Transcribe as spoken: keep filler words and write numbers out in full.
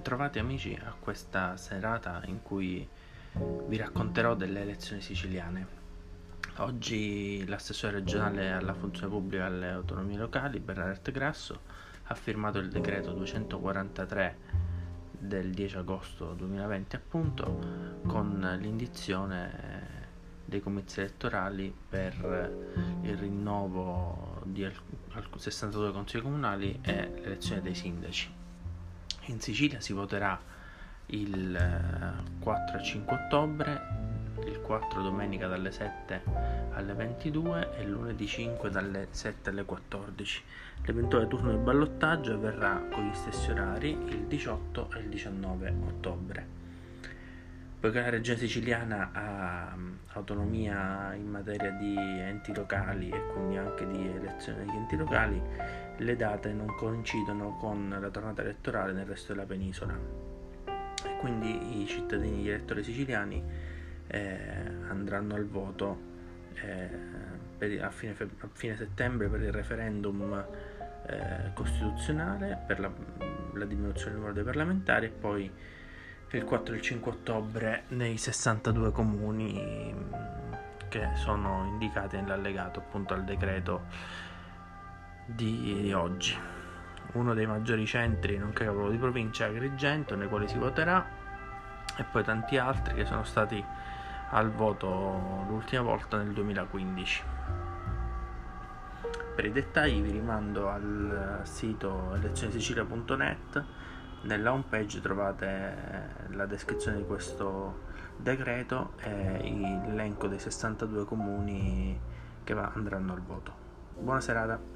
Bentrovati amici a questa serata in cui vi racconterò delle elezioni siciliane. Oggi l'assessore regionale alla funzione pubblica e alle autonomie locali, Bernadette Grasso, ha firmato il decreto duecentoquarantatré del dieci agosto duemilaventi, appunto, con l'indizione dei comizi elettorali per il rinnovo di sessantadue consigli comunali e l'elezione dei sindaci. In Sicilia si voterà il quattro e cinque ottobre, il quattro domenica dalle sette alle ventidue e lunedì cinque dalle sette alle quattordici. L'eventuale turno di ballottaggio avverrà con gli stessi orari il diciotto e il diciannove ottobre. Poiché la regione siciliana ha autonomia in materia di enti locali e quindi anche di elezione degli enti locali, le date non coincidono con la tornata elettorale nel resto della penisola e quindi i cittadini, gli elettori siciliani eh, andranno al voto eh, per, a, fine, a fine settembre per il referendum eh, costituzionale per la, la diminuzione del numero dei parlamentari e poi il quattro e il cinque ottobre nei sessantadue comuni che sono indicati nell'allegato appunto al decreto di oggi. Uno dei maggiori centri nonché capoluogo di provincia è Agrigento, nei quali si voterà, e poi tanti altri che sono stati al voto l'ultima volta nel duemilaquindici. Per i dettagli vi rimando al sito elezionisicilia punto net. Nella home page trovate la descrizione di questo decreto e l'elenco dei sessantadue comuni che andranno al voto. Buona serata.